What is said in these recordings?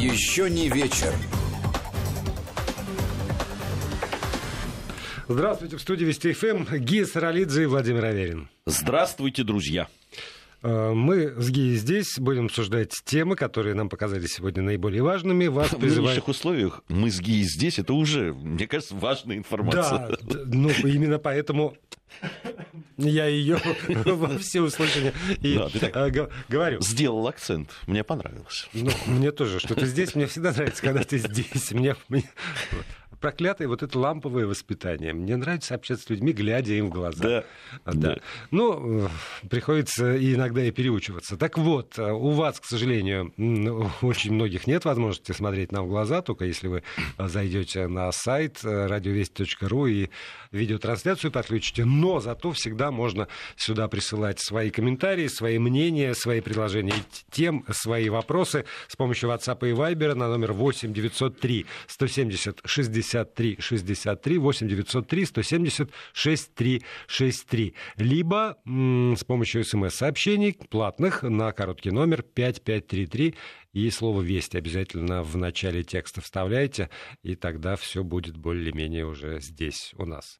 Еще не вечер. Здравствуйте, в студии Вести ФМ Гия Саралидзе и Владимир Аверин. Здравствуйте, друзья. Мы с Гией здесь будем обсуждать темы, которые нам показались сегодня наиболее важными. Вас В нынешних условиях мы с Гией здесь, это уже, мне кажется, важная информация. Да, ну именно поэтому я ее во всеуслышание говорю. Сделал акцент, мне понравилось. Ну, мне тоже, что ты здесь, мне всегда нравится, когда ты здесь. Проклятое вот это ламповое воспитание. Мне нравится общаться с людьми, глядя им в глаза. Да. Ну, приходится иногда и переучиваться. Так вот, у вас, к сожалению, очень многих нет возможности смотреть нам в глаза, только если вы зайдете на сайт radiovesti.ru и видеотрансляцию подключите. Но зато всегда можно сюда присылать свои комментарии, свои мнения, свои предложения тем, свои вопросы с помощью WhatsApp и Viber на номер 8 903 170 63 63, 8 903 170 6363. Либо с помощью смс-сообщений платных на короткий номер 5533 и слово «Вести» обязательно в начале текста вставляйте, и тогда все будет более-менее уже здесь у нас.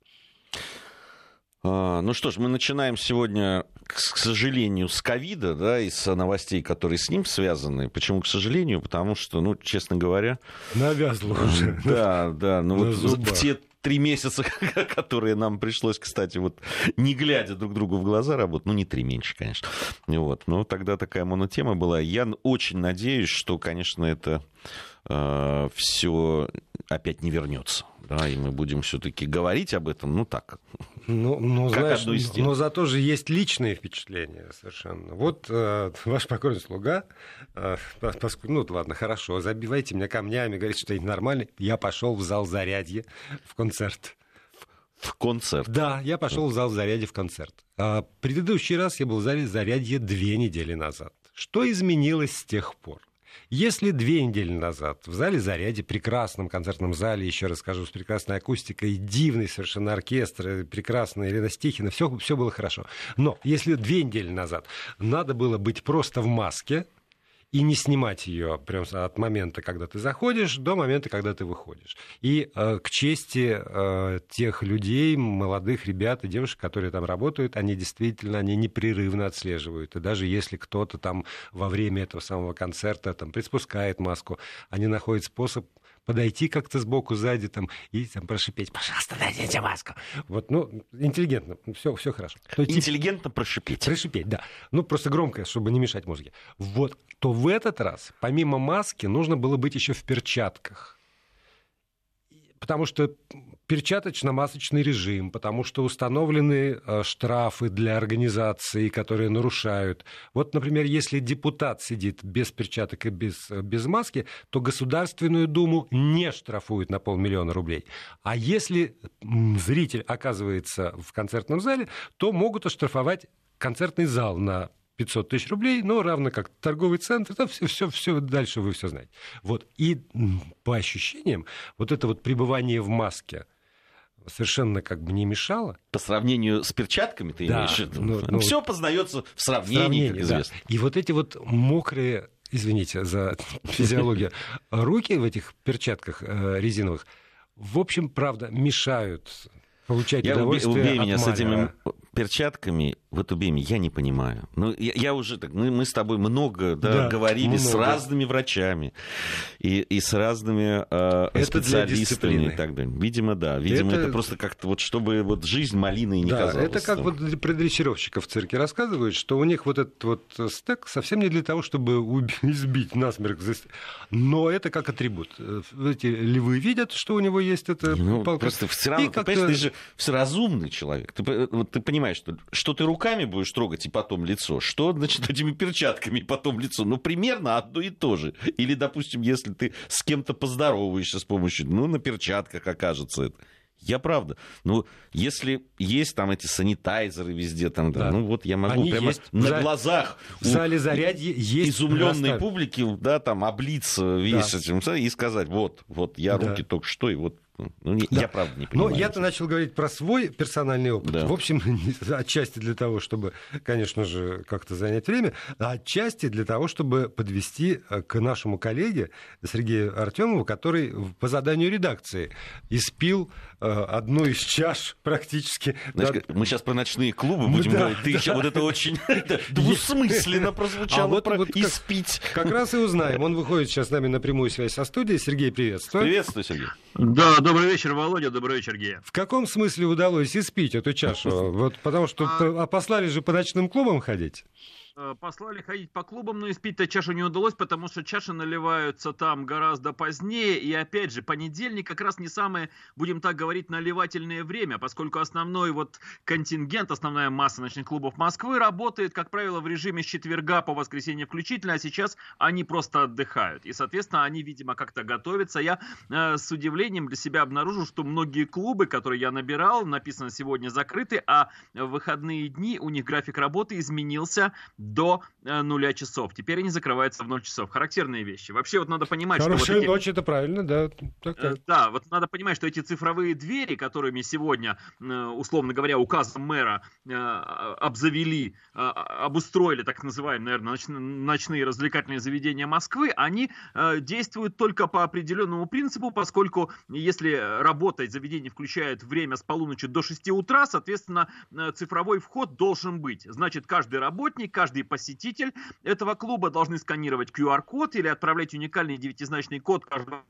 Ну что ж, мы начинаем сегодня, к сожалению, с ковида, да, и с новостей, которые с ним связаны. Почему, к сожалению? Потому что, ну, честно говоря... Навязло уже. Да, ну вот те 3 месяца, которые нам пришлось, кстати, вот не глядя друг другу в глаза работать, ну, не 3, меньше, конечно. Вот. Но тогда такая монотема была. Я очень надеюсь, что, конечно, это все опять не вернется. Да, и мы будем все-таки говорить об этом, ну так, ну, как знаешь, одну из тем. Но зато же есть личные впечатления совершенно. Вот ваш покорный слуга, ну ладно, хорошо, забивайте меня камнями, говорите, что это нормально. Я пошел в зал зарядье в концерт. В концерт? Да, я пошел в зал зарядье в концерт. Предыдущий раз я был в зале зарядье 2 недели назад. Что изменилось с тех пор? Если 2 недели назад в зале «Зарядье», прекрасном концертном зале, еще раз скажу, с прекрасной акустикой, дивный совершенно оркестр, прекрасная Елена Стихина, все было хорошо. Но если 2 недели назад надо было быть просто в маске и не снимать ее прям от момента, когда ты заходишь, до момента, когда ты выходишь. И к чести тех людей, молодых ребят и девушек, которые там работают, они действительно, они непрерывно отслеживают. И даже если кто-то там во время этого самого концерта там приспускает маску, они находят способ подойти как-то сбоку, сзади там, и там прошипеть: «Пожалуйста, дайте маску». Вот, ну, интеллигентно, все хорошо. Интеллигентно прошипеть. Прошипеть, да. Ну, просто громко, чтобы не мешать музыке. Вот, то в этот раз, помимо маски, нужно было быть еще в перчатках. Потому что перчаточно-масочный режим, потому что установлены штрафы для организаций, которые нарушают. Вот, например, если депутат сидит без перчаток и без маски, то Государственную Думу не штрафуют на 500 000 рублей. А если зритель оказывается в концертном зале, то могут оштрафовать концертный зал на 500 000 рублей, но равно как торговый центр, там все дальше вы все знаете. Вот. И по ощущениям, вот это вот пребывание в маске совершенно как бы не мешало. По сравнению с перчатками ты имеешь в виду? Все познается в сравнении, как известно. Да. И вот эти вот мокрые, извините за физиологию, руки в этих перчатках резиновых, в общем, правда, мешают получать удовольствие убей от меня маля. С этими перчатками, вот убей меня, я не понимаю. Ну, я уже так, мы с тобой много говорили с разными врачами и с разными специалистами и так далее. Видимо, да. Видимо, это просто как-то вот, чтобы вот жизнь малиной не казалась. Это как вот про дрессировщиков в цирке рассказывают, что у них вот этот вот стек совсем не для того, чтобы избить насмерть. Но это как атрибут. Эти львы видят, что у него есть эта палка. Просто все равно, ты понимаешь, ты же все разумный человек. Ты понимаешь, что ты руками будешь трогать и потом лицо, что, значит, этими перчатками и потом лицо. Ну, примерно одно и то же. Или, допустим, если ты с кем-то поздороваешься с помощью, на перчатках окажется это. Я правда. Ну, если есть там эти санитайзеры везде, там, да. Ну вот я могу они прямо на глазах в зале зарядье есть изумленной публики, да, там облиться весь этим и сказать: вот я руки только что, и вот Я правда не понимаю. Но я-то начал говорить про свой персональный опыт. Да. В общем, отчасти для того, чтобы, конечно же, как-то занять время, а отчасти для того, чтобы подвести к нашему коллеге Сергею Артемову, который по заданию редакции испил одну из чаш практически. Знаешь, мы сейчас про ночные клубы будем говорить. Ты еще вот это очень двусмысленно прозвучало, про испить. Как раз и узнаем. Он выходит сейчас с нами на прямую связь со студией. Сергей, приветствую. Приветствую, Сергей. Да, добрый вечер, Володя, добрый вечер, Гея. В каком смысле удалось испить эту чашу? Вот потому что послали же по ночным клубам ходить. Послали ходить по клубам, но испить-то чашу не удалось, потому что чаши наливаются там гораздо позднее. И опять же, понедельник как раз не самое, будем так говорить, наливательное время, поскольку основной вот контингент, основная масса ночных клубов Москвы работает, как правило, в режиме с четверга по воскресенье включительно, а сейчас они просто отдыхают. И, соответственно, они, видимо, как-то готовятся. Я с удивлением для себя обнаружил, что многие клубы, которые я набирал, написано сегодня закрыты, а в выходные дни у них график работы изменился до 0 часов. Теперь они закрываются в 0 часов. Характерные вещи. Вообще вот надо понимать, Хорошая что... ночь, это правильно, да. Да, вот надо понимать, что эти цифровые двери, которыми сегодня, условно говоря, указом мэра обзавели, обустроили, так называемые, наверное, ночные развлекательные заведения Москвы, они действуют только по определенному принципу, поскольку если работать заведение включает время с полуночи до 6 утра, соответственно, цифровой вход должен быть. Значит, каждый работник, каждый посетитель этого клуба должны сканировать QR-код или отправлять уникальный 9-значный код каждого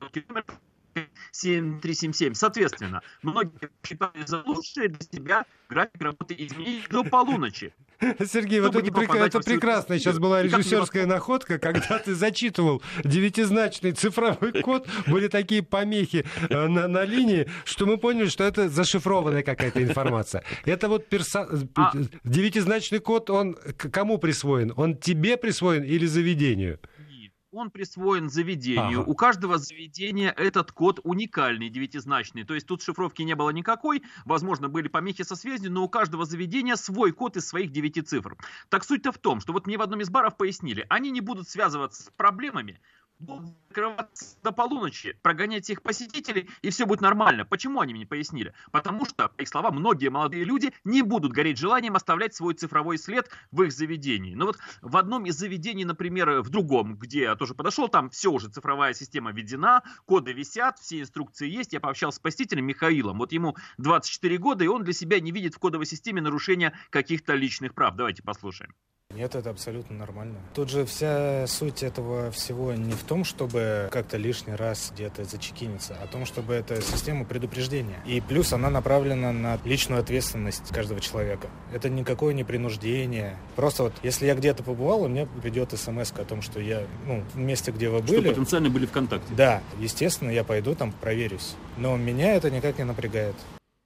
7377. Соответственно, многие считали за лучшее для себя график работы изменить до полуночи. Сергей, вот это прекрасно. Сейчас была режиссерская находка, когда ты зачитывал 9-значный цифровой код, были такие помехи на линии, что мы поняли, что это зашифрованная какая-то информация. Это вот 9-значный код, он кому присвоен? Он тебе присвоен или заведению? Он присвоен заведению. У каждого заведения этот код уникальный, 9-значный. То есть тут шифровки не было никакой. Возможно, были помехи со связью, но у каждого заведения свой код из своих 9 цифр. Так суть-то в том, что вот мне в одном из баров пояснили, они не будут связываться с проблемами, будут закрываться до полуночи, прогонять всех посетителей, и все будет нормально. Почему они мне пояснили? Потому что, по их словам, многие молодые люди не будут гореть желанием оставлять свой цифровой след в их заведении. Но вот в одном из заведений, например, в другом, где я тоже подошел, там все уже цифровая система введена, коды висят, все инструкции есть. Я пообщался с посетителем Михаилом. Вот ему 24 года, и он для себя не видит в кодовой системе нарушения каких-то личных прав. Давайте послушаем. Нет, это абсолютно нормально. Тут же вся суть этого всего не в том, чтобы как-то лишний раз где-то зачекиниться, а в том, чтобы это система предупреждения. И плюс она направлена на личную ответственность каждого человека. Это никакое не принуждение. Просто вот, если я где-то побывал, у меня придет смс о том, что я, в месте, где вы были... Что потенциально были в контакте. Да, естественно, я пойду там проверюсь. Но меня это никак не напрягает.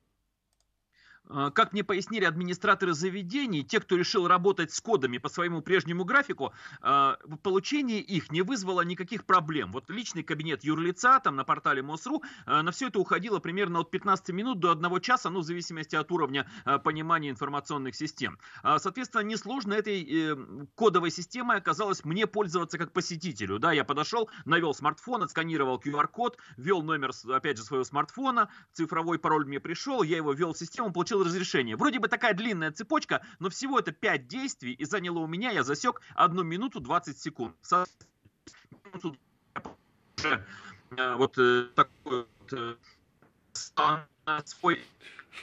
Как мне пояснили администраторы заведений, те, кто решил работать с кодами по своему прежнему графику, получение их не вызвало никаких проблем. Вот личный кабинет юрлица там на портале МОСРУ, на все это уходило примерно от 15 минут до 1 часа, в зависимости от уровня понимания информационных систем. Соответственно, несложно этой кодовой системой оказалось мне пользоваться как посетителю. Да, я подошел, навел смартфон, отсканировал QR-код, ввел номер, опять же, своего смартфона, цифровой пароль мне пришел, я его ввел в систему, получил разрешение. Вроде бы такая длинная цепочка, но всего это 5 действий, и заняло у меня, я засек 1 минуту 20 секунд. Вот такой вот свой...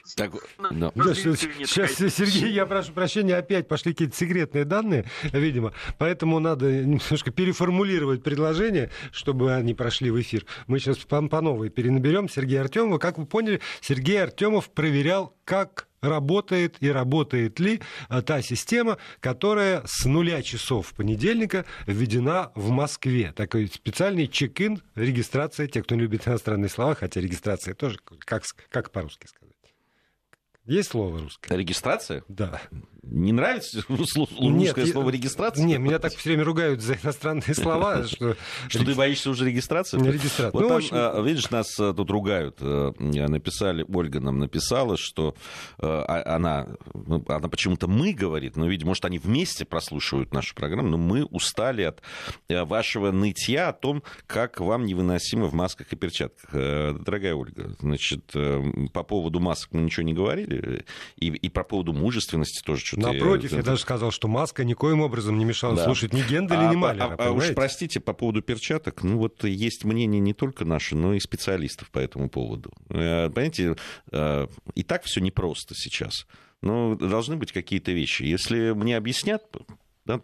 Сейчас, Сергей, я прошу прощения, опять пошли какие-то секретные данные, видимо, поэтому надо немножко переформулировать предложение, чтобы они прошли в эфир. Мы сейчас по новой перенаберем Сергея Артемова. Как вы поняли, Сергей Артемов проверял, как работает и работает ли та система, которая с 0 часов понедельника введена в Москве. Такой специальный чек-ин, регистрация, те, кто любит иностранные слова, хотя регистрация тоже, как по-русски сказать. Есть слово русское? Регистрация? Да. Не нравится русское слово регистрация? Нет, меня так все время ругают за иностранные слова. Что ты боишься уже регистрации? Регистрация. Вот там, видишь, нас тут ругают. Написали, Ольга нам написала, что она почему-то «мы» говорит, но, видимо, может, они вместе прослушивают нашу программу, но мы устали от вашего нытья о том, как вам невыносимо в масках и перчатках. Дорогая Ольга, значит, по поводу масок мы ничего не говорили, и по поводу мужественности тоже что-то. Напротив, я даже сказал, что маска никоим образом не мешала слушать ни Генделя, ни Малера. А уж простите, по поводу перчаток, ну вот есть мнение не только наше, но и специалистов по этому поводу. Понимаете, и так все непросто сейчас. Но должны быть какие-то вещи. Если мне объяснят... Да?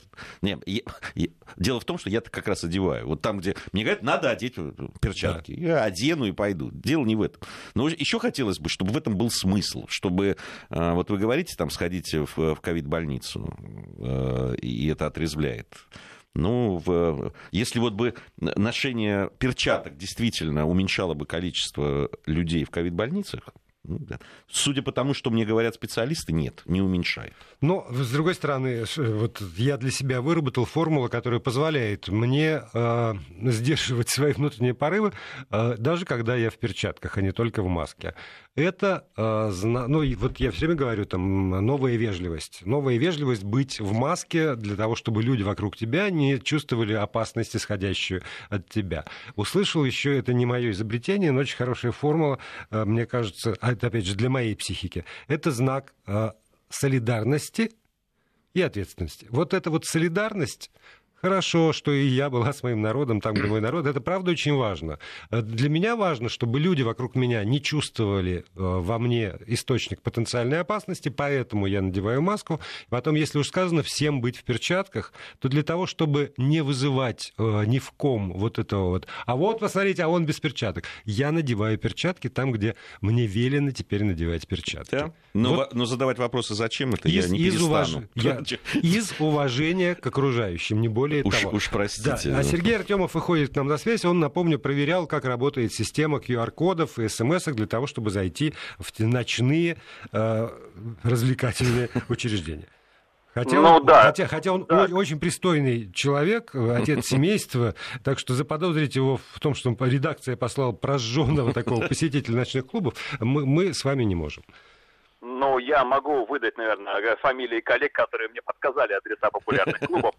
Дело в том, что я-то как раз одеваю. Вот там, где мне говорят, надо одеть перчатки. Да. Я одену и пойду. Дело не в этом. Но еще хотелось бы, чтобы в этом был смысл. Чтобы, вот вы говорите, там, сходите в ковид-больницу, и это отрезвляет. Ну, если вот бы ношение перчаток действительно уменьшало бы количество людей в ковид-больницах, судя по тому, что мне говорят специалисты, нет, не уменьшает. Но, с другой стороны, вот я для себя выработал формулу, которая позволяет мне сдерживать свои внутренние порывы, даже когда я в перчатках, а не только в маске. Это, ну, вот я все время говорю, там, новая вежливость. Новая вежливость быть в маске для того, чтобы люди вокруг тебя не чувствовали опасность, исходящую от тебя. Услышал еще, это не мое изобретение, но очень хорошая формула, мне кажется, это, опять же, для моей психики. Это знак солидарности и ответственности. Вот эта вот солидарность... Хорошо, что и я была с моим народом там, где мой народ. Это, правда, очень важно. Для меня важно, чтобы люди вокруг меня не чувствовали во мне источник потенциальной опасности, поэтому я надеваю маску. Потом, если уж сказано всем быть в перчатках, то для того, чтобы не вызывать ни в ком вот этого вот... А вот, посмотрите, а он без перчаток. Я надеваю перчатки там, где мне велено теперь надевать перчатки. Да? Но задавать вопросы, зачем это, я не перестану. Из уважения к окружающим, не более Уж простите. Да. А Сергей Артемов выходит к нам на связь. Он, напомню, проверял, как работает система QR-кодов и смс-ок для того, чтобы зайти в ночные развлекательные учреждения. Хотя он очень пристойный человек, отец семейства, так что заподозрить его в том, что редакция послала прожженного такого посетителя ночных клубов, мы с вами не можем. Ну, я могу выдать, наверное, фамилии коллег, которые мне подсказали адреса популярных клубов,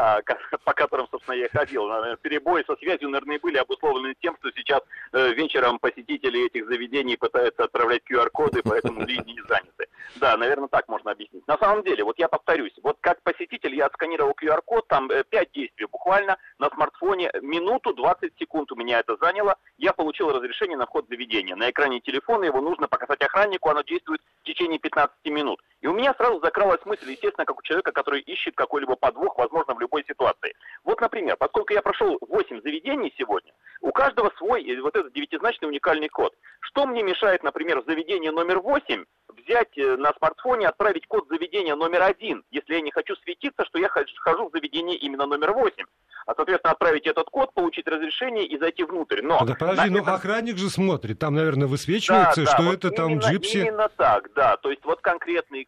по которым, собственно, я ходил. Перебои со связью, наверное, были обусловлены тем, что сейчас вечером посетители этих заведений пытаются отправлять QR-коды, поэтому линии не заняты. Да, наверное, так можно объяснить. На самом деле, вот я повторюсь, вот как посетитель я отсканировал QR-код, там 5 действий буквально на смартфоне, минуту 20 секунд у меня это заняло, я получил разрешение на вход в заведение. На экране телефона его нужно показать охраннику, оно действует в течение 15 минут. И у меня сразу закралась мысль, естественно, как у человека, который ищет какой-либо подвох, возможно, в любой ситуации. Вот, например, поскольку я прошел 8 заведений сегодня, у каждого свой вот этот 9-значный уникальный код. Что мне мешает, например, в заведении номер 8 взять на смартфоне, отправить код заведения номер 1, если я не хочу светиться, что я хожу в заведение именно номер 8. А, соответственно, отправить этот код, получить разрешение и зайти внутрь. Но да подожди, охранник же смотрит, там, наверное, высвечивается, что вот это там джипси. Именно так, да. То есть вот конкретный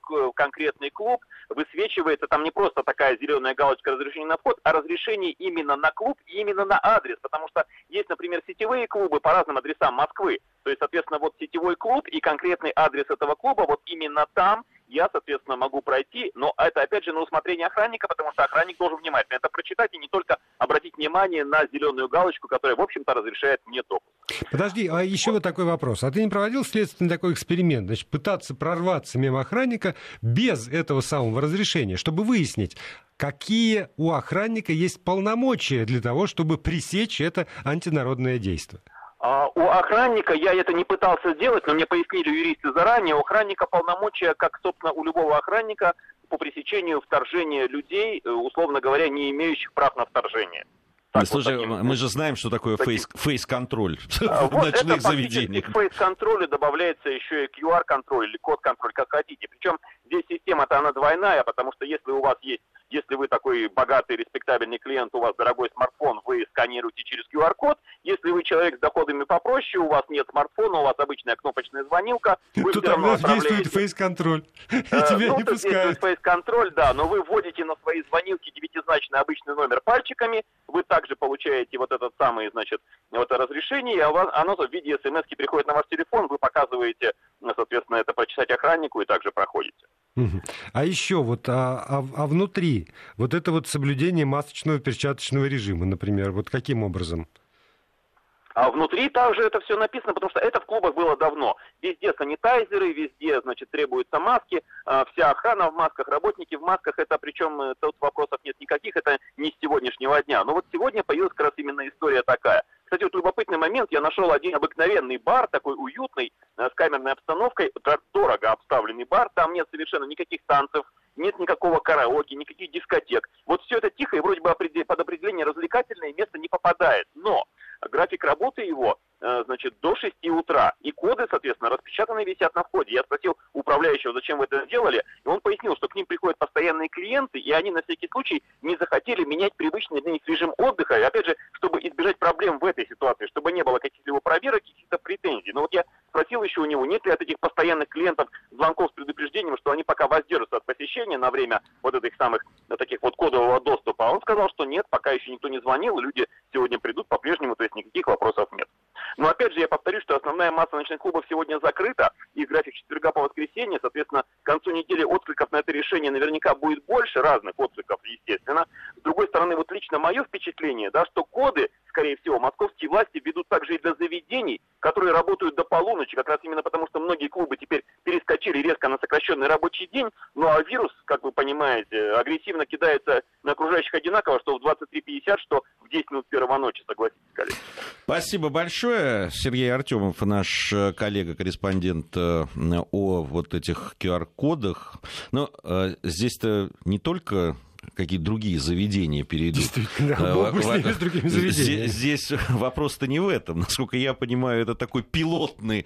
клуб высвечивается, там не просто такая зеленая галочка разрешения на вход, а разрешение именно на клуб и именно на адрес. Потому что есть, например, сетевые клубы по разным адресам Москвы. То есть, соответственно, вот сетевой клуб и конкретный адрес этого клуба, вот именно там я, соответственно, могу пройти, но это, опять же, на усмотрение охранника, потому что охранник должен внимательно это прочитать и не только обратить внимание на зеленую галочку, которая, в общем-то, разрешает мне допуск. Подожди, а еще вот такой вопрос. А ты не проводил следственный такой эксперимент? Значит, пытаться прорваться мимо охранника без этого самого разрешения, чтобы выяснить, какие у охранника есть полномочия для того, чтобы пресечь это антинародное действие? У охранника, я это не пытался сделать, но мне пояснили юристы заранее, у охранника полномочия, как, собственно, у любого охранника, по пресечению вторжения людей, условно говоря, не имеющих прав на вторжение. Так, слушай, вот мы же знаем, что такое фейс-контроль в ночных заведениях. К фейс-контролю добавляется еще и QR-контроль или код-контроль, как хотите. Причем здесь система-то она двойная, потому что если у вас есть, если вы такой богатый, респектабельный клиент, у вас дорогой смартфон, вы сканируете через QR-код, Если вы человек с доходами попроще, у вас нет смартфона, у вас обычная кнопочная звонилка, вы тут все равно действует фейс-контроль, тебя не пускают. Фейс-контроль, да, но вы вводите на свои звонилки 9-значный обычный номер пальчиками, вы также получаете вот этот самый, значит, вот разрешение, и оно в виде смс-ки приходит на ваш телефон, вы показываете, соответственно, это прочитать охраннику и также проходите. А еще вот, внутри, вот это вот соблюдение масочного перчаточного режима, например, вот каким образом? А внутри также это все написано, потому что это в клубах было давно. Везде санитайзеры, везде, значит, требуются маски, вся охрана в масках, работники в масках, это причем тут вопросов нет никаких, это не с сегодняшнего дня. Но вот сегодня появилась как раз именно история такая. Кстати, вот любопытный момент, я нашел один обыкновенный бар, такой уютный, с камерной обстановкой, дорого обставленный бар, там нет совершенно никаких танцев, нет никакого караоке, никаких дискотек. Вот все это тихо и вроде бы под определение развлекательное место не попадает. Но график работы его, значит, до 6 утра. И коды, соответственно, распечатаны висят на входе. Я спросил управляющего, зачем вы это сделали, и он пояснил, что к ним приходят постоянные клиенты, и они на всякий случай не захотели менять привычный для них режим отдыха, и опять же, чтобы избежать проблем в этой ситуации, чтобы не было каких-либо проверок, каких-то претензий. Но вот я спросил еще у него, нет ли от этих постоянных клиентов звонков с предупреждением, что они пока воздержатся от посещения на время вот этих самых, таких вот кодового доступа. А он сказал, что нет, пока еще никто не звонил, люди сегодня придут по-прежнему, то есть никаких вопросов нет. Но опять же, я повторюсь, что основная масса ночных клубов сегодня закрыта, и график четверга по воскресенье, соответственно, к концу недели откликов на это решение наверняка будет больше, разных откликов, естественно. С другой стороны, вот лично мое впечатление, да, что коды, скорее всего, московские власти ведут также и для заведений, которые работают до полуночи, как раз именно потому, что многие клубы теперь перескочили резко на сокращенный рабочий день, ну а вирус, как вы понимаете, агрессивно кидается на окружающих одинаково, что в 23:50, что в 10 минут первого ночи, согласитесь, коллеги. Спасибо большое. Сергей Артемов, наш коллега-корреспондент о вот этих QR-кодах. Но здесь-то не только какие-то другие заведения перейдут. Действительно, бог с ними, с другими заведениями. Здесь вопрос-то не в этом. Насколько я понимаю, это такой пилотный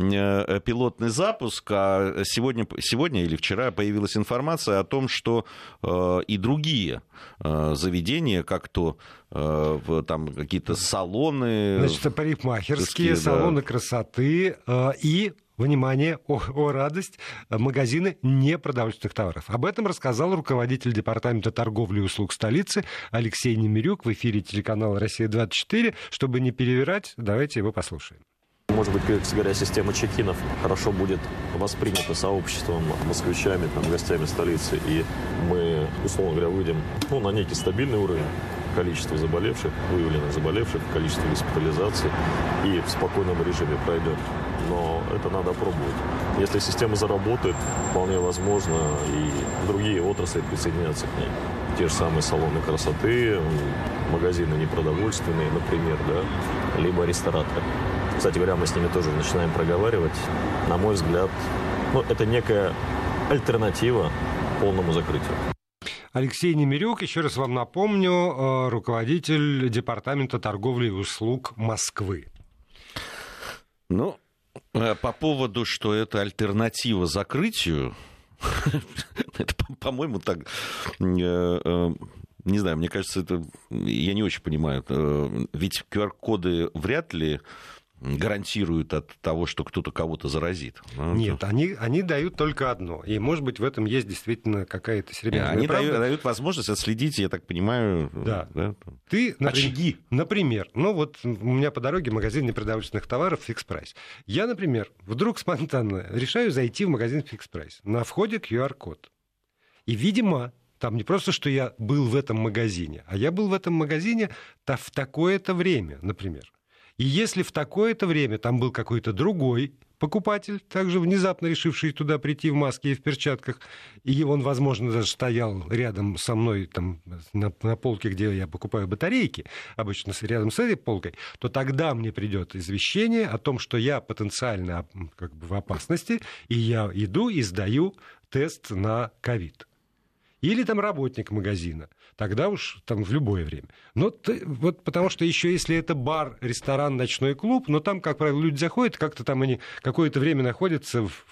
запуск. А сегодня или вчера появилась информация о том, что и другие заведения, как то там какие-то салоны... Значит, парикмахерские, салоны красоты и... Внимание, о радость, магазины непродовольственных товаров. Об этом рассказал руководитель департамента торговли и услуг столицы Алексей Немирюк в эфире телеканала «Россия-24». Чтобы не перевирать, давайте его послушаем. Может быть, говоря, система чекинов хорошо будет воспринята сообществом, москвичами, гостями столицы, и мы, условно говоря, выйдем на некий стабильный уровень количества заболевших, выявленных заболевших, количество госпитализаций, и в спокойном режиме пройдет. Но это надо пробовать. Если система заработает, вполне возможно, и другие отрасли присоединятся к ней. Те же самые салоны красоты, магазины непродовольственные, например, да, либо рестораторы. Кстати говоря, мы с ними тоже начинаем проговаривать. На мой взгляд, это некая альтернатива полному закрытию. Алексей Немирюк, еще раз вам напомню, руководитель департамента торговли и услуг Москвы. По поводу, что это альтернатива закрытию, это, по-моему, так... Не знаю, мне кажется, это... Я не очень понимаю. Ведь QR-коды вряд ли гарантируют от того, что кто-то кого-то заразит. Нет, они дают только одно. И, может быть, в этом есть действительно какая-то серьезная правда. Они дают возможность отследить, я так понимаю, Ты, очаги. Например, у меня по дороге магазин непродовольственных товаров «Фикс Прайс». Я, например, вдруг спонтанно решаю зайти в магазин «Фикс Прайс». На входе QR-код. И, видимо, там не просто, что я был в этом магазине, а я был в этом магазине в такое-то время, например. И если в такое-то время там был какой-то другой покупатель, также внезапно решивший туда прийти в маске и в перчатках, и он, возможно, даже стоял рядом со мной там, на полке, где я покупаю батарейки, обычно рядом с этой полкой, то тогда мне придет извещение о том, что я потенциально в опасности, и я иду и сдаю тест на ковид. Или там работник магазина, тогда уж там в любое время. Потому что еще если это бар, ресторан, ночной клуб, но там, как правило, люди заходят, как-то там они какое-то время находятся в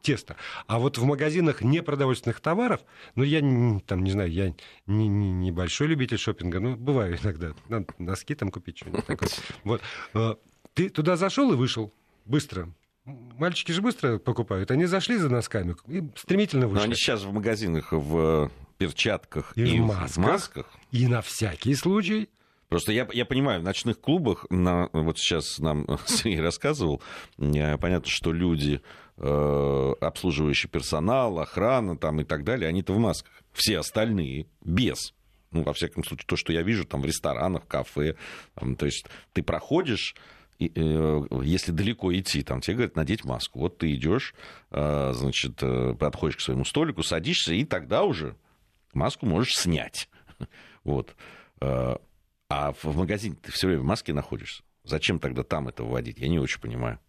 тесто. А вот в магазинах непродовольственных товаров, ну, я там, не знаю, я не большой любитель шопинга, но бываю иногда. Надо носки там купить, что-нибудь такое. Вот. Ты туда зашел и вышел быстро. Мальчики же быстро покупают. Они зашли за носками и стремительно вышли. Но они сейчас в магазинах в перчатках и в масках. И на всякий случай. Просто я понимаю, в ночных клубах, вот сейчас нам Сергей рассказывал, понятно, что люди, обслуживающий персонал, охрана там, и так далее, они-то в масках. Все остальные без. Ну, во всяком случае, то, что я вижу там в ресторанах, в кафе. Там, то есть ты проходишь, и, если далеко идти, там тебе говорят надеть маску. Вот ты идешь, значит, подходишь к своему столику, садишься, и тогда уже маску можешь снять. Вот. А в магазине ты все время в маске находишься. Зачем тогда там это вводить? Я не очень понимаю.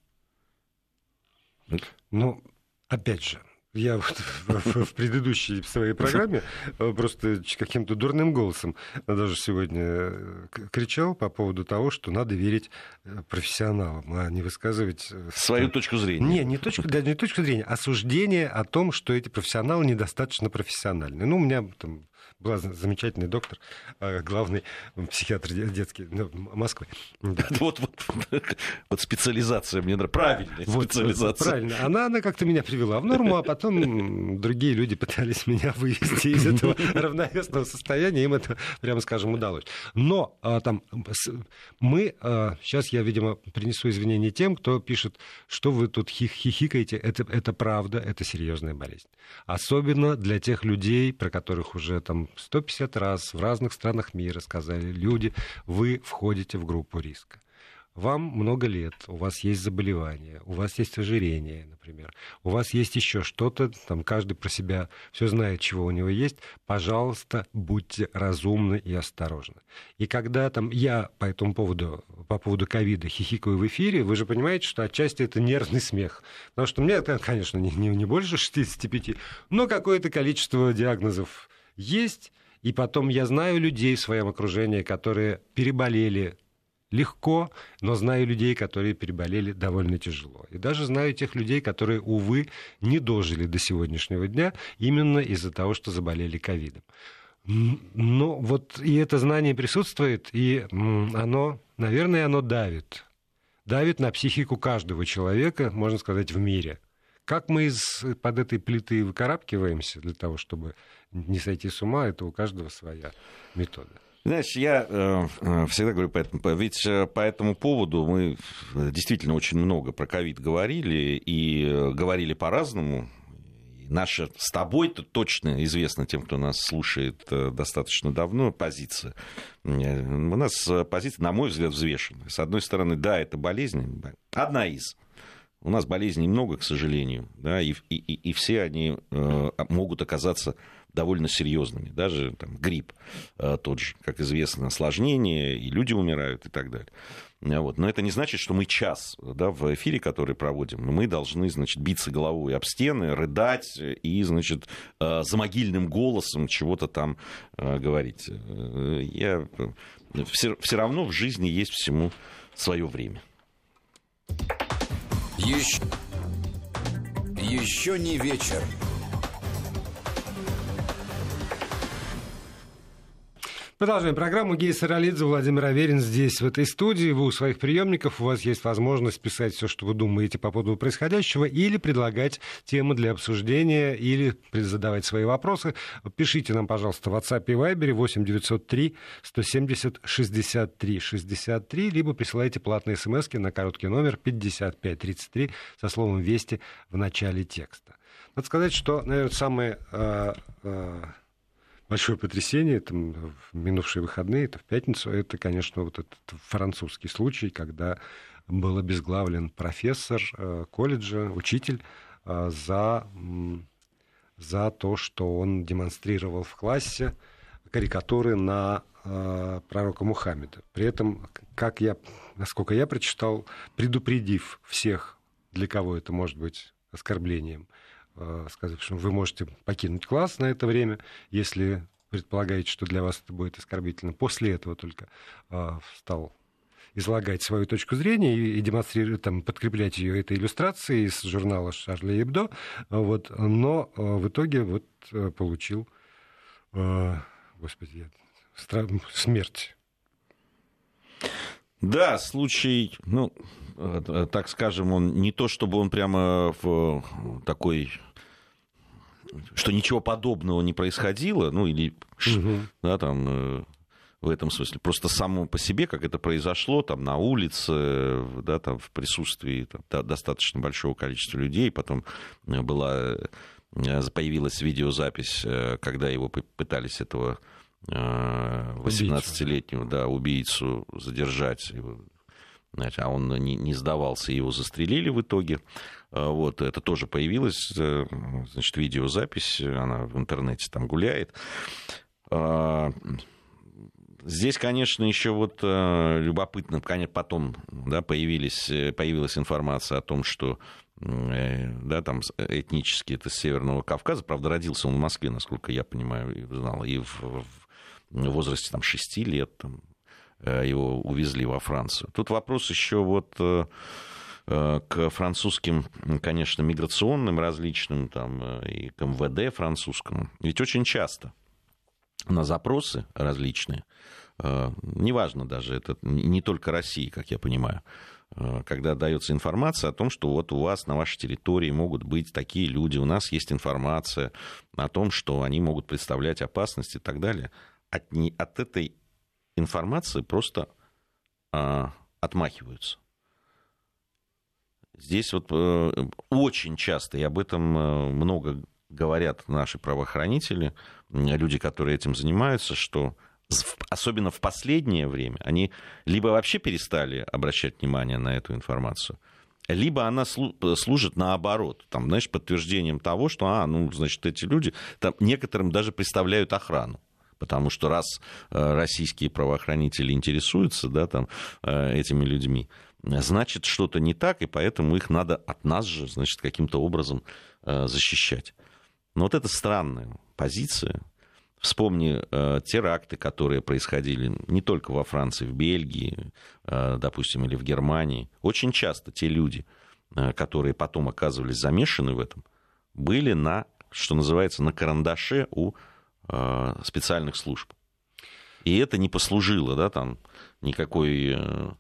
Ну, опять же, я вот в предыдущей своей программе просто каким-то дурным голосом даже сегодня кричал по поводу того, что надо верить профессионалам, а не высказывать... Свою точку зрения. Не точку зрения, а суждение о том, что эти профессионалы недостаточно профессиональны. Ну, у меня там была замечательный доктор, главный психиатр детский Москвы. Да. Вот специализация мне нравится. Правильная специализация. Правильно. Она как-то меня привела в норму, а потом другие люди пытались меня вывести из этого равновесного состояния. Им это, прямо скажем, удалось. Но там сейчас я, видимо, принесу извинения тем, кто пишет, что вы тут хихикаете. Это правда, это серьезная болезнь. Особенно для тех людей, про которых уже там 150 раз в разных странах мира сказали: люди, вы входите в группу риска. Вам много лет, у вас есть заболевания, у вас есть ожирение, например, у вас есть еще что-то, там каждый про себя все знает, чего у него есть. Пожалуйста, будьте разумны и осторожны. И когда там я по поводу ковида хихикаю в эфире, вы же понимаете, что отчасти это нервный смех. Потому что мне, конечно, не больше 65, но какое-то количество диагнозов есть, и потом я знаю людей в своем окружении, которые переболели легко, но знаю людей, которые переболели довольно тяжело. И даже знаю тех людей, которые, увы, не дожили до сегодняшнего дня именно из-за того, что заболели ковидом. Но вот и это знание присутствует, и оно, наверное, оно давит. Давит на психику каждого человека, можно сказать, в мире. Как мы из-под этой плиты выкарабкиваемся для того, чтобы не сойти с ума, это у каждого своя метода. Знаешь, я всегда говорю, ведь по этому поводу мы действительно очень много про ковид говорили, и говорили по-разному. Наша с тобой-то точно известна тем, кто нас слушает достаточно давно, позиция. У нас позиция, на мой взгляд, взвешенная. С одной стороны, да, это болезнь, одна из. У нас болезней много, к сожалению, да, и все они могут оказаться довольно серьезными. Даже там, грипп тот же, как известно, осложнения, и люди умирают и так далее. Вот. Но это не значит, что мы час, да, в эфире, который проводим, мы должны, значит, биться головой об стены, рыдать и, значит, за могильным голосом чего-то там говорить. Все равно в жизни есть всему свое время. Еще не вечер. Продолжаем программу. Гея Саралидзе, Владимир Аверин здесь, в этой студии. Вы у своих приемников, у вас есть возможность писать все, что вы думаете по поводу происходящего, или предлагать темы для обсуждения, или задавать свои вопросы. Пишите нам, пожалуйста, в WhatsApp и Viber 8-903-170-63-63, либо присылайте платные смски на короткий номер 5533 со словом «Вести» в начале текста. Надо сказать, что, наверное, самое... большое потрясение там, в минувшие выходные, это в пятницу, это, конечно, вот этот французский случай, когда был обезглавлен профессор колледжа, учитель, за то, что он демонстрировал в классе карикатуры на пророка Мухаммеда. При этом, насколько я прочитал, предупредив всех, для кого это может быть оскорблением, сказать, что вы можете покинуть класс на это время, если предполагаете, что для вас это будет оскорбительно. После этого только встал излагать свою точку зрения и демонстрировать, там, подкреплять ее этой иллюстрацией из журнала «Шарли Эбдо», вот, но в итоге вот получил, смерть. Да, случай, ну, так скажем, он не то, чтобы он прямо в такой, что ничего подобного не происходило, ну, или, да, там, в этом смысле. Просто само по себе, как это произошло, там, на улице, да, там, в присутствии там, достаточно большого количества людей, потом появилась видеозапись, когда его пытались, этого 18-летнего, да, убийцу задержать, а он не сдавался, его застрелили в итоге. Вот, это тоже появилось, значит, видеозапись, она в интернете там гуляет. Здесь, конечно, еще вот любопытно, конечно, потом, да, появилась информация о том, что, да, там этнически это с Северного Кавказа, правда, родился он в Москве, насколько я понимаю, и знал, и в возрасте там 6 лет там, его увезли во Францию. Тут вопрос еще вот к французским, конечно, миграционным различным, там, и к МВД французскому. Ведь очень часто на запросы различные, неважно даже, это не только России, как я понимаю, когда дается информация о том, что вот у вас на вашей территории могут быть такие люди, у нас есть информация о том, что они могут представлять опасность и так далее, от этой информации просто отмахиваются. Здесь вот очень часто, и об этом много говорят наши правоохранители, люди, которые этим занимаются, что особенно в последнее время они либо вообще перестали обращать внимание на эту информацию, либо она служит наоборот, там, знаешь, подтверждением того, что, ну, значит, эти люди, там, некоторым даже представляют охрану. Потому что раз российские правоохранители интересуются, да, там, этими людьми, значит, что-то не так, и поэтому их надо от нас же, значит, каким-то образом защищать. Но вот это странная позиция. Вспомни теракты, которые происходили не только во Франции, в Бельгии, допустим, или в Германии. Очень часто те люди, которые потом оказывались замешаны в этом, были на, что называется, на карандаше у специальных служб. И это не послужило, да, там, никаким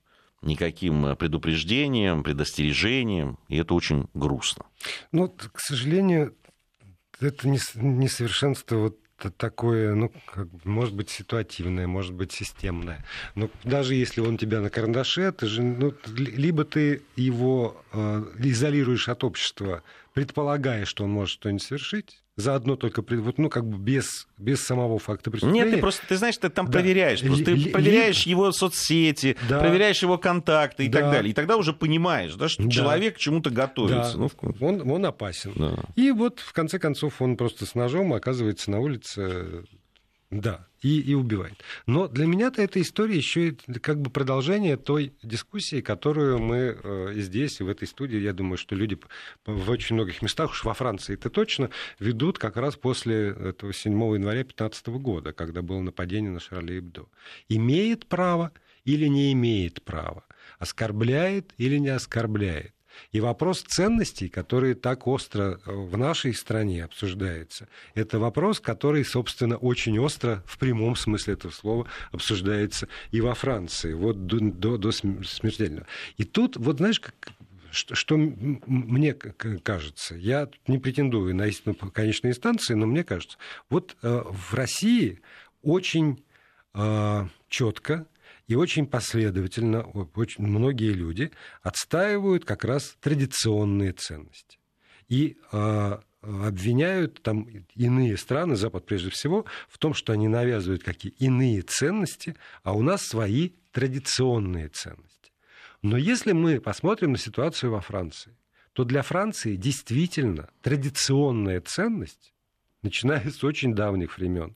предупреждением, предостережением, и это очень грустно. Ну, к сожалению, это несовершенство вот такое, ну, может быть, ситуативное, может быть, системное. Но даже если он у тебя на карандаше, ты же, ну, либо ты его изолируешь от общества, предполагая, что он может что-нибудь совершить, заодно только, ну, как бы без самого факта преступления. Нет, ты просто, ты знаешь, ты там проверяешь. Просто ты проверяешь его соцсети, проверяешь его контакты и так далее. И тогда уже понимаешь, да, что человек к чему-то готовится. Да. Ну, он опасен. Да. И вот, в конце концов, он просто с ножом оказывается на улице, да, и убивает. Но для меня-то эта история еще и как бы продолжение той дискуссии, которую мы здесь, и в этой студии, я думаю, что люди в очень многих местах, уж во Франции это точно, ведут как раз после этого 7 января 2015 года, когда было нападение на Шарли Эбдо. Имеет право или не имеет права? Оскорбляет или не оскорбляет? И вопрос ценностей, который так остро в нашей стране обсуждается, это вопрос, который, собственно, очень остро, в прямом смысле этого слова, обсуждается и во Франции, вот до смертельного. И тут, вот знаешь, что мне кажется, я не претендую на истину конечной инстанции, но мне кажется, вот в России очень четко и очень последовательно очень многие люди отстаивают как раз традиционные ценности. И обвиняют там иные страны, Запад прежде всего, в том, что они навязывают какие иные ценности, а у нас свои традиционные ценности. Но если мы посмотрим на ситуацию во Франции, то для Франции действительно традиционная ценность, начиная с очень давних времен,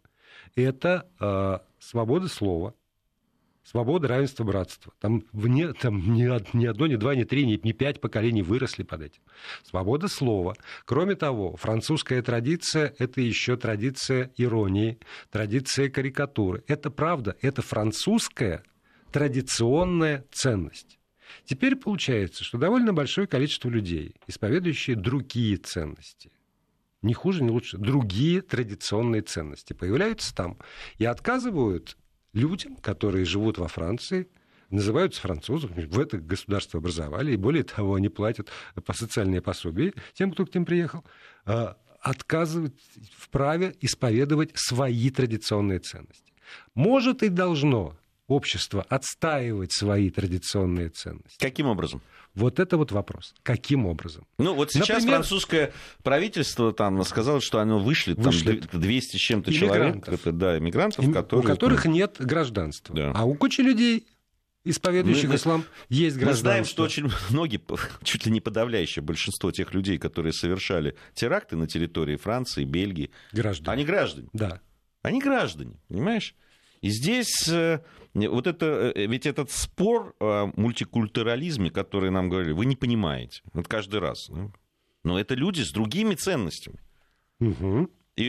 это свобода слова, свобода, равенство, братство. Там ни одно, ни два, ни три, ни 5 поколений выросли под этим. Свобода слова. Кроме того, французская традиция – это еще традиция иронии, традиция карикатуры. Это правда, это французская традиционная ценность. Теперь получается, что довольно большое количество людей, исповедующие другие ценности, не хуже, не лучше, другие традиционные ценности, появляются там и отказывают людям, которые живут во Франции, называются французами, в это государство образовали, и более того, они платят по социальные пособия тем, кто к ним приехал, отказывать в праве исповедовать свои традиционные ценности. Может и должно общество отстаивать свои традиционные ценности. Каким образом? Вот это вот вопрос. Каким образом? Ну, вот сейчас французское правительство там сказало, что оно вышлет 200 с чем-то человек, иммигрантов, у которых нет гражданства. Да. А у кучи людей, исповедующих ислам, есть гражданство. Мы знаем, что очень многие, чуть ли не подавляющее большинство тех людей, которые совершали теракты на территории Франции, Бельгии, они граждане. Да. Они граждане, понимаешь? И здесь вот это, ведь этот спор о мультикультурализме, который нам говорили, вы не понимаете. Вот каждый раз. Но это люди с другими ценностями. Угу.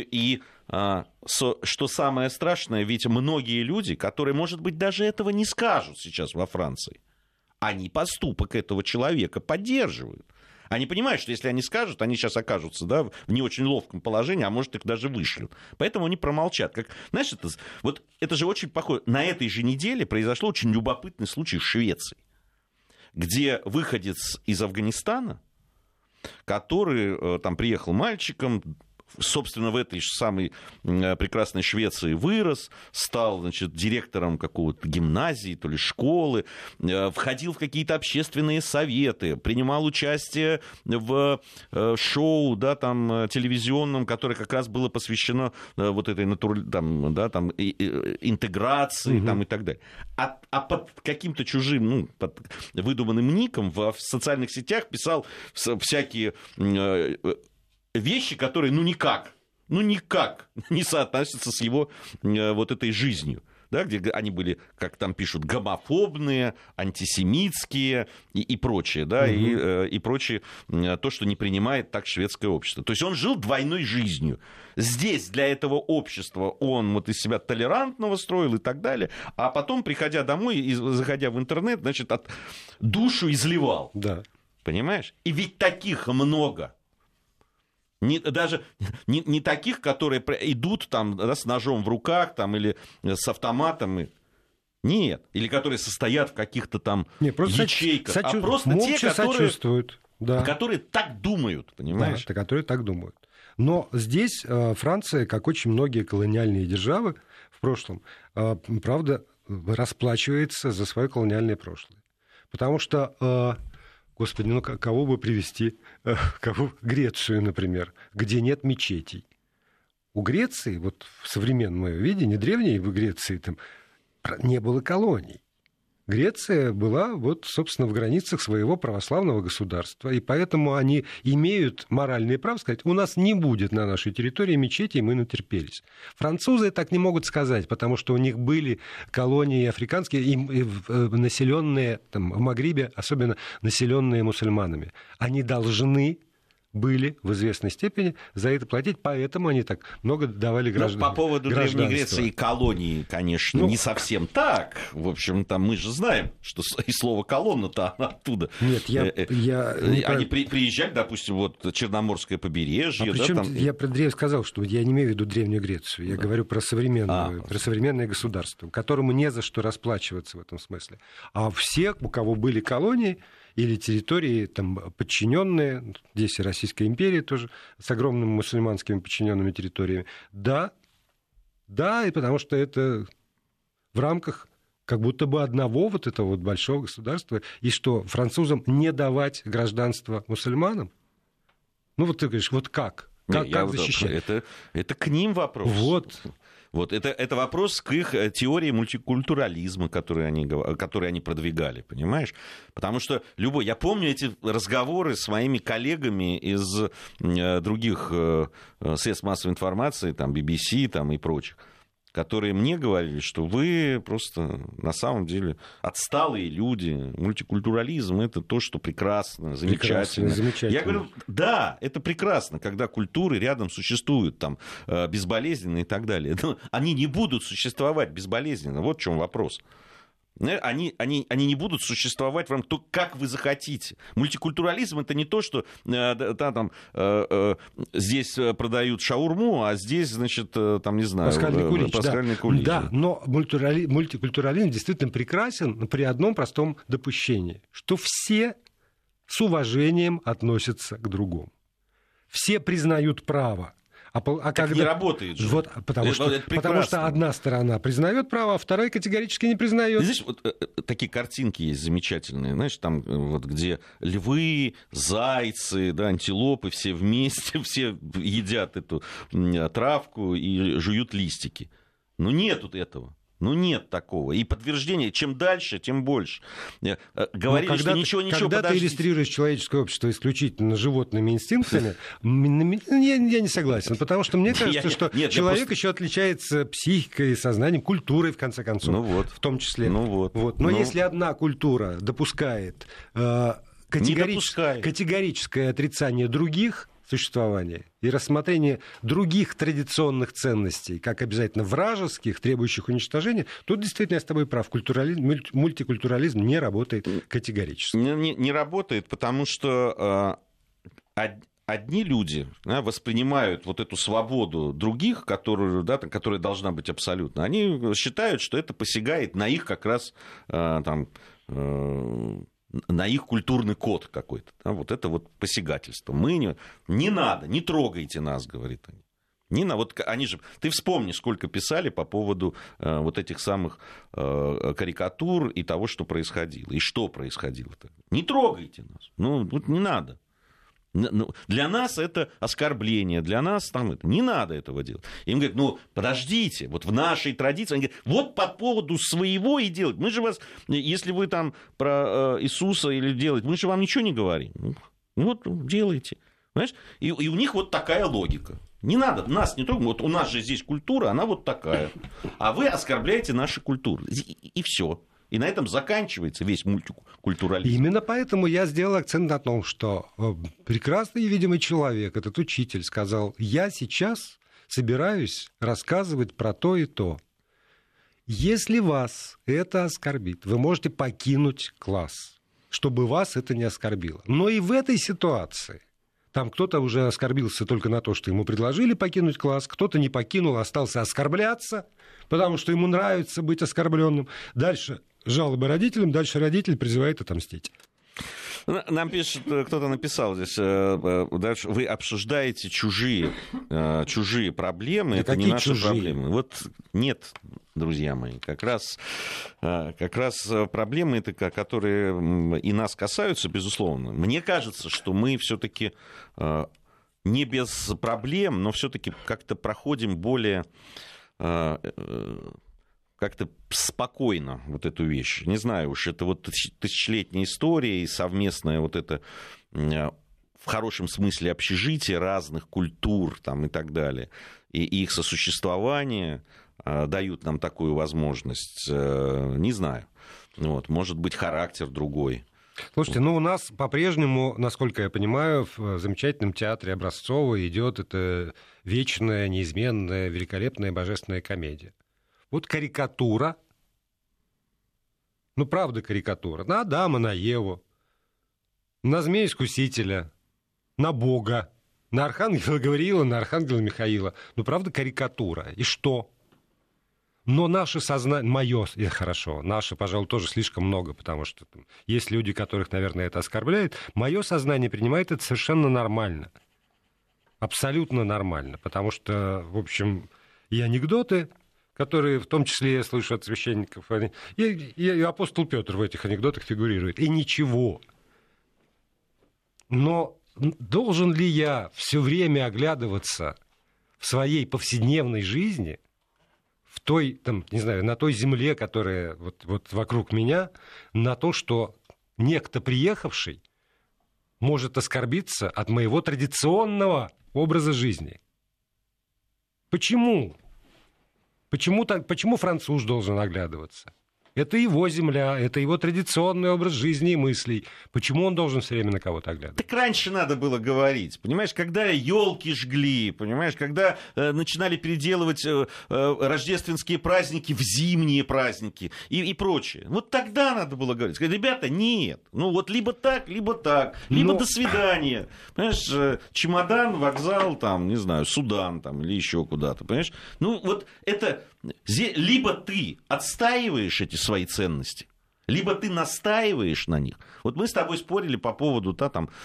Что самое страшное, ведь многие люди, которые, может быть, даже этого не скажут сейчас во Франции, они поступок этого человека поддерживают. Они понимают, что если они скажут, они сейчас окажутся, да, в не очень ловком положении, а может, их даже вышлют. Поэтому они промолчат. Знаешь, это же очень похоже. На этой же неделе произошел очень любопытный случай в Швеции, где выходец из Афганистана, который там приехал мальчиком, собственно, в этой же самой прекрасной Швеции вырос, стал, значит, директором какого-то гимназии, то ли школы, входил в какие-то общественные советы, принимал участие в шоу, да, там, телевизионном, которое как раз было посвящено вот этой интеграции, там, и так далее. А под каким-то чужим, под выдуманным ником в социальных сетях писал всякие вещи, которые никак не соотносятся с его вот этой жизнью, да, где они были, как там пишут, гомофобные, антисемитские и прочее, да, и прочее, то, что не принимает так шведское общество. То есть он жил двойной жизнью. Здесь для этого общества он вот из себя толерантного строил и так далее, а потом, приходя домой и заходя в интернет, значит, душу изливал. Да. Понимаешь? И ведь таких много. Даже не таких, которые идут там, да, с ножом в руках там, или с автоматом. Нет. Или которые состоят в каких-то там ячейках. А просто те, которые так думают. Понимаешь? Да, которые так думают. Но здесь Франция, как очень многие колониальные державы в прошлом, правда, расплачивается за свое колониальное прошлое. Потому что... Господи, кого бы привести? Грецию, например, где нет мечетей. У Греции, вот в современном ее видении, древней в Греции, там не было колоний. Греция была, вот, собственно, в границах своего православного государства, и поэтому они имеют моральное право сказать, у нас не будет на нашей территории мечетей, мы натерпелись. Французы так не могут сказать, потому что у них были колонии африканские, населенные там, в Магрибе, особенно населенные мусульманами. Они должны были в известной степени за это платить, поэтому они так много давали гражданам. По поводу Древней Греции и колонии, конечно, не совсем так. В общем, там мы же знаем, что и слово «колонна»-то оттуда. Нет, они приезжали, допустим, вот Черноморское побережье. Причем там... я про древнюю сказал, что я не имею в виду Древнюю Грецию, я говорю про современное государство, которому не за что расплачиваться в этом смысле. А все, у кого были колонии, или территории, там, подчиненные, здесь и Российская империя тоже, с огромными мусульманскими подчиненными территориями. Да, и потому что это в рамках как будто бы одного вот этого вот большого государства, и что, французам не давать гражданство мусульманам? Ну, вот ты говоришь, вот как? Как защищать? Это к ним вопрос. Вот это вопрос к их теории мультикультурализма, которые они продвигали, понимаешь? Потому что я помню эти разговоры с моими коллегами из других средств массовой информации, там, BBC там, и прочих, которые мне говорили, что вы просто на самом деле отсталые люди. Мультикультурализм — это то, что прекрасно, замечательно. Я говорю, да, это прекрасно, когда культуры рядом существуют, там, безболезненно и так далее. Но они не будут существовать безболезненно. Вот в чем вопрос. Они не будут существовать вам то, как вы захотите. Мультикультурализм — это не то, что здесь продают шаурму, а здесь, значит, там, не знаю, пасхальный кулич. Да, но мультикультурализм действительно прекрасен при одном простом допущении, что все с уважением относятся к другому. Все признают право. Так не работает же. Вот, потому что одна сторона признает право, а вторая категорически не признает. Здесь вот такие картинки есть замечательные, знаешь, там вот где львы, зайцы, да, антилопы все вместе, все едят эту травку и жуют листики. Ну, нету этого. Ну, нет такого. И подтверждение, чем дальше, тем больше. Говорили, что ничего, когда ты иллюстрируешь человеческое общество исключительно животными инстинктами, я не согласен. Потому что мне кажется, что человек еще отличается психикой, сознанием, культурой, в конце концов, в том числе. Но если одна культура допускает категорическое отрицание других существования и рассмотрение других традиционных ценностей, как обязательно вражеских, требующих уничтожения, тут действительно я с тобой прав. Мультикультурализм не работает категорически. Не работает, потому что одни люди воспринимают вот эту свободу других, которая должна быть абсолютно. Они считают, что это посягает на их как раз на их культурный код какой-то. Вот это вот посягательство. Не надо, не трогайте нас, говорит они. Они же, ты вспомни, сколько писали по поводу вот этих самых карикатур и того, что происходило. И что происходило-то. Не трогайте нас. Не надо. Для нас это оскорбление, для нас не надо этого делать. Им говорят, подождите, вот в нашей традиции, они говорят, вот по поводу своего и делать. Мы же вас, если вы там про Иисуса или делаете, мы же вам ничего не говорим. Делайте. Понимаешь? И у них вот такая логика. Не надо, нас не трогать. Вот у нас же здесь культура, она вот такая. А вы оскорбляете нашу культуру. И все. И на этом заканчивается весь мультикультурализм. Именно поэтому я сделал акцент на том, что прекрасный и видимый человек, этот учитель, сказал, я сейчас собираюсь рассказывать про то и то. Если вас это оскорбит, вы можете покинуть класс, чтобы вас это не оскорбило. Но и в этой ситуации там кто-то уже оскорбился только на то, что ему предложили покинуть класс, кто-то не покинул, остался оскорбляться, потому что ему нравится быть оскорбленным. Дальше жалобы родителям, дальше родитель призывает отомстить. Нам пишет, кто-то написал здесь, дальше, вы обсуждаете чужие проблемы, это не наши проблемы. Вот нет, друзья мои, как раз проблемы, которые и нас касаются, безусловно. Мне кажется, что мы все-таки не без проблем, но все-таки как-то проходим более как-то спокойно вот эту вещь. Не знаю уж, это вот тысячелетняя история и совместное вот это в хорошем смысле общежитие разных культур там, и так далее. И их сосуществование дают нам такую возможность. Не знаю. Может быть, характер другой. Слушайте, у нас по-прежнему, насколько я понимаю, в замечательном театре Образцова идет эта вечная, неизменная, великолепная божественная комедия. Вот карикатура, правда карикатура, на Адама, на Еву, на Змея-искусителя, на Бога, на Архангела Гавриила, на Архангела Михаила. Правда карикатура. И что? Но наше сознание, наше, пожалуй, тоже слишком много, потому что есть люди, которых, наверное, это оскорбляет. Мое сознание принимает это совершенно нормально. Абсолютно нормально. Потому что, в общем, и анекдоты, которые, в том числе, я слышу от священников, и апостол Петр в этих анекдотах фигурирует. И ничего. Но должен ли я все время оглядываться в своей повседневной жизни, в той, на той земле, которая вот вокруг меня, на то, что некто приехавший может оскорбиться от моего традиционного образа жизни? Почему? Почему француз должен оглядываться? Это его земля, это его традиционный образ жизни и мыслей. Почему он должен все время на кого-то оглядывать? Так раньше надо было говорить, понимаешь, когда елки жгли, понимаешь, когда начинали переделывать рождественские праздники в зимние праздники и прочее. Вот тогда надо было говорить. Сказать, ребята, нет. Ну вот либо так, либо до свидания. Понимаешь, чемодан, вокзал, там, не знаю, Судан там, или еще куда-то, понимаешь? Ну вот это... Либо ты отстаиваешь эти свои ценности, либо ты настаиваешь на них. Вот мы с тобой спорили по поводу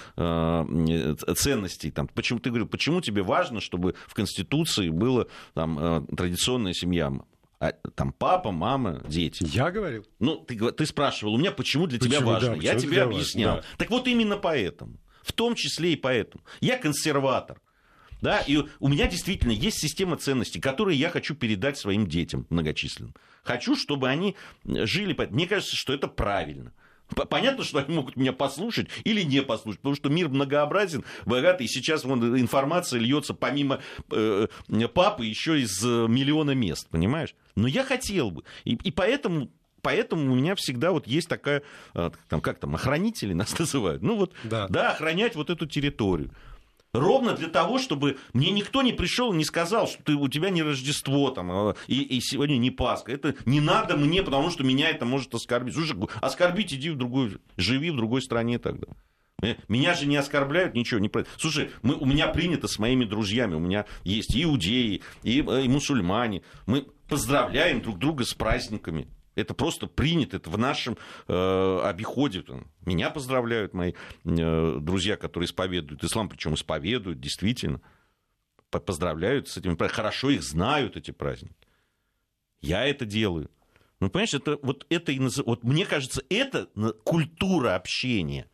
ценностей. Там, почему, ты говорил, почему тебе важно, чтобы в Конституции была традиционная семья? Там папа, мама, дети. Я говорил. Ну, ты спрашивал у меня, почему для тебя важно. Да, я тебе объяснял. Да. Так вот именно поэтому. В том числе и поэтому. Я консерватор. Да, и у меня действительно есть система ценностей, которые я хочу передать своим детям многочисленным. Хочу, чтобы они жили... Мне кажется, что это правильно. Понятно, что они могут меня послушать или не послушать, потому что мир многообразен, богатый, и сейчас информация льется помимо папы еще из миллиона мест, понимаешь? Но я хотел бы. И поэтому у меня всегда вот есть такая... как там, охранители нас называют. Ну вот, да, охранять вот эту территорию. Ровно для того, чтобы мне никто не пришел и не сказал, что у тебя не Рождество там, и сегодня не Пасха. Это не надо мне, потому что меня это может оскорбить. Слушай, оскорбить, живи в другой стране тогда. Меня же не оскорбляют, ничего не происходит. Слушай, у меня принято с моими друзьями, у меня есть и иудеи, и мусульмане. Мы поздравляем друг друга с праздниками. Это просто принято, это в нашем обиходе. Меня поздравляют мои друзья, которые исповедуют ислам, причем исповедуют, действительно. Поздравляют с этими праздниками. Хорошо их знают, эти праздники. Я это делаю. Ну, понимаешь, вот мне кажется, это культура общения.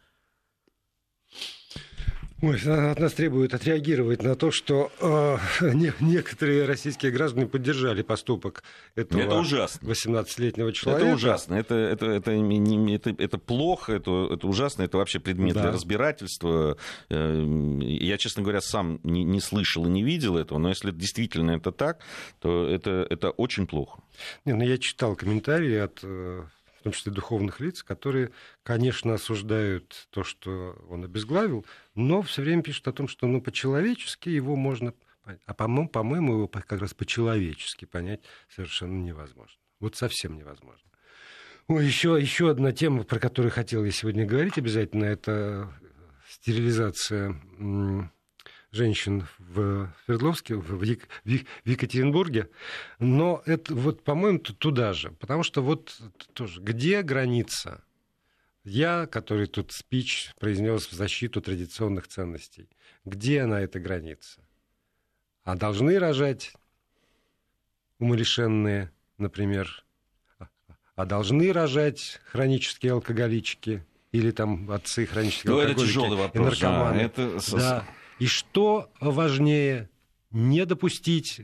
Ой, от нас требуют отреагировать на то, что некоторые российские граждане поддержали поступок этого 18-летнего человека. Это ужасно, это плохо, это ужасно, это вообще предмет для разбирательства. Я, честно говоря, сам не слышал и не видел этого, но если действительно это так, то это очень плохо. Я читал комментарии в том числе духовных лиц, которые, конечно, осуждают то, что он обезглавил, но все время пишут о том, что по-человечески его можно понять. А по-моему, его как раз по-человечески понять совершенно невозможно. Вот совсем невозможно. Еще одна тема, про которую хотел я сегодня говорить обязательно, это стерилизация женщин в Свердловске, в Екатеринбурге, но это по-моему, туда же, потому что тоже, где граница? Я, который тут спич произнес в защиту традиционных ценностей, где она, эта граница? А должны рожать умалишенные, например, а должны рожать хронические алкоголички или там отцы хронические алкоголики это тяжелый вопрос, и наркоманы? Да. И что важнее, не допустить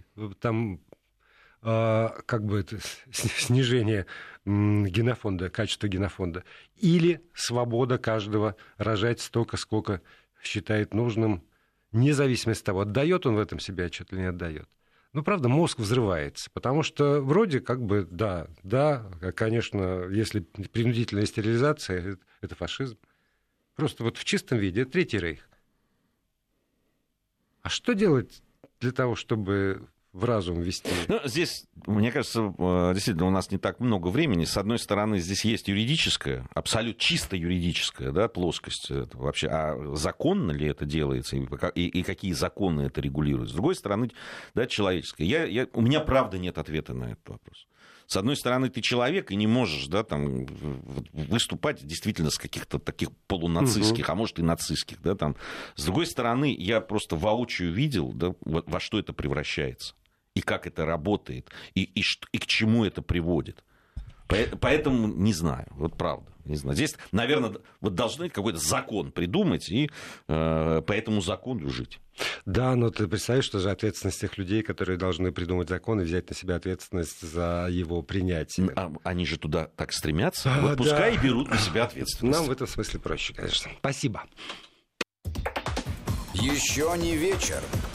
снижение генофонда, качества генофонда, или свобода каждого рожать столько, сколько считает нужным, независимо от того, отдает он в этом себе отчет или не отдает. Правда, мозг взрывается, потому что вроде да, конечно, если принудительная стерилизация, это фашизм. Просто в чистом виде, это Третий рейх. А что делать для того, чтобы в разум ввести? Здесь, мне кажется, действительно, у нас не так много времени. С одной стороны, здесь есть юридическая, абсолютно чисто юридическая плоскость вообще. А законно ли это делается? И какие законы это регулируют? С другой стороны, человеческая. У меня, правда, нет ответа на этот вопрос. С одной стороны, ты человек и не можешь выступать действительно с каких-то таких полунацистских, а может и нацистских. С другой стороны, я просто воочию видел, во что это превращается, и как это работает, и к чему это приводит. Поэтому не знаю, правда, не знаю. Здесь, наверное, должны какой-то закон придумать и по этому закону жить. Да, но ты представляешь, что же ответственность тех людей, которые должны придумать закон и взять на себя ответственность за его принятие. Они же туда так стремятся. Пускай и берут на себя ответственность. Нам в этом смысле проще, конечно. Спасибо. Еще не вечер.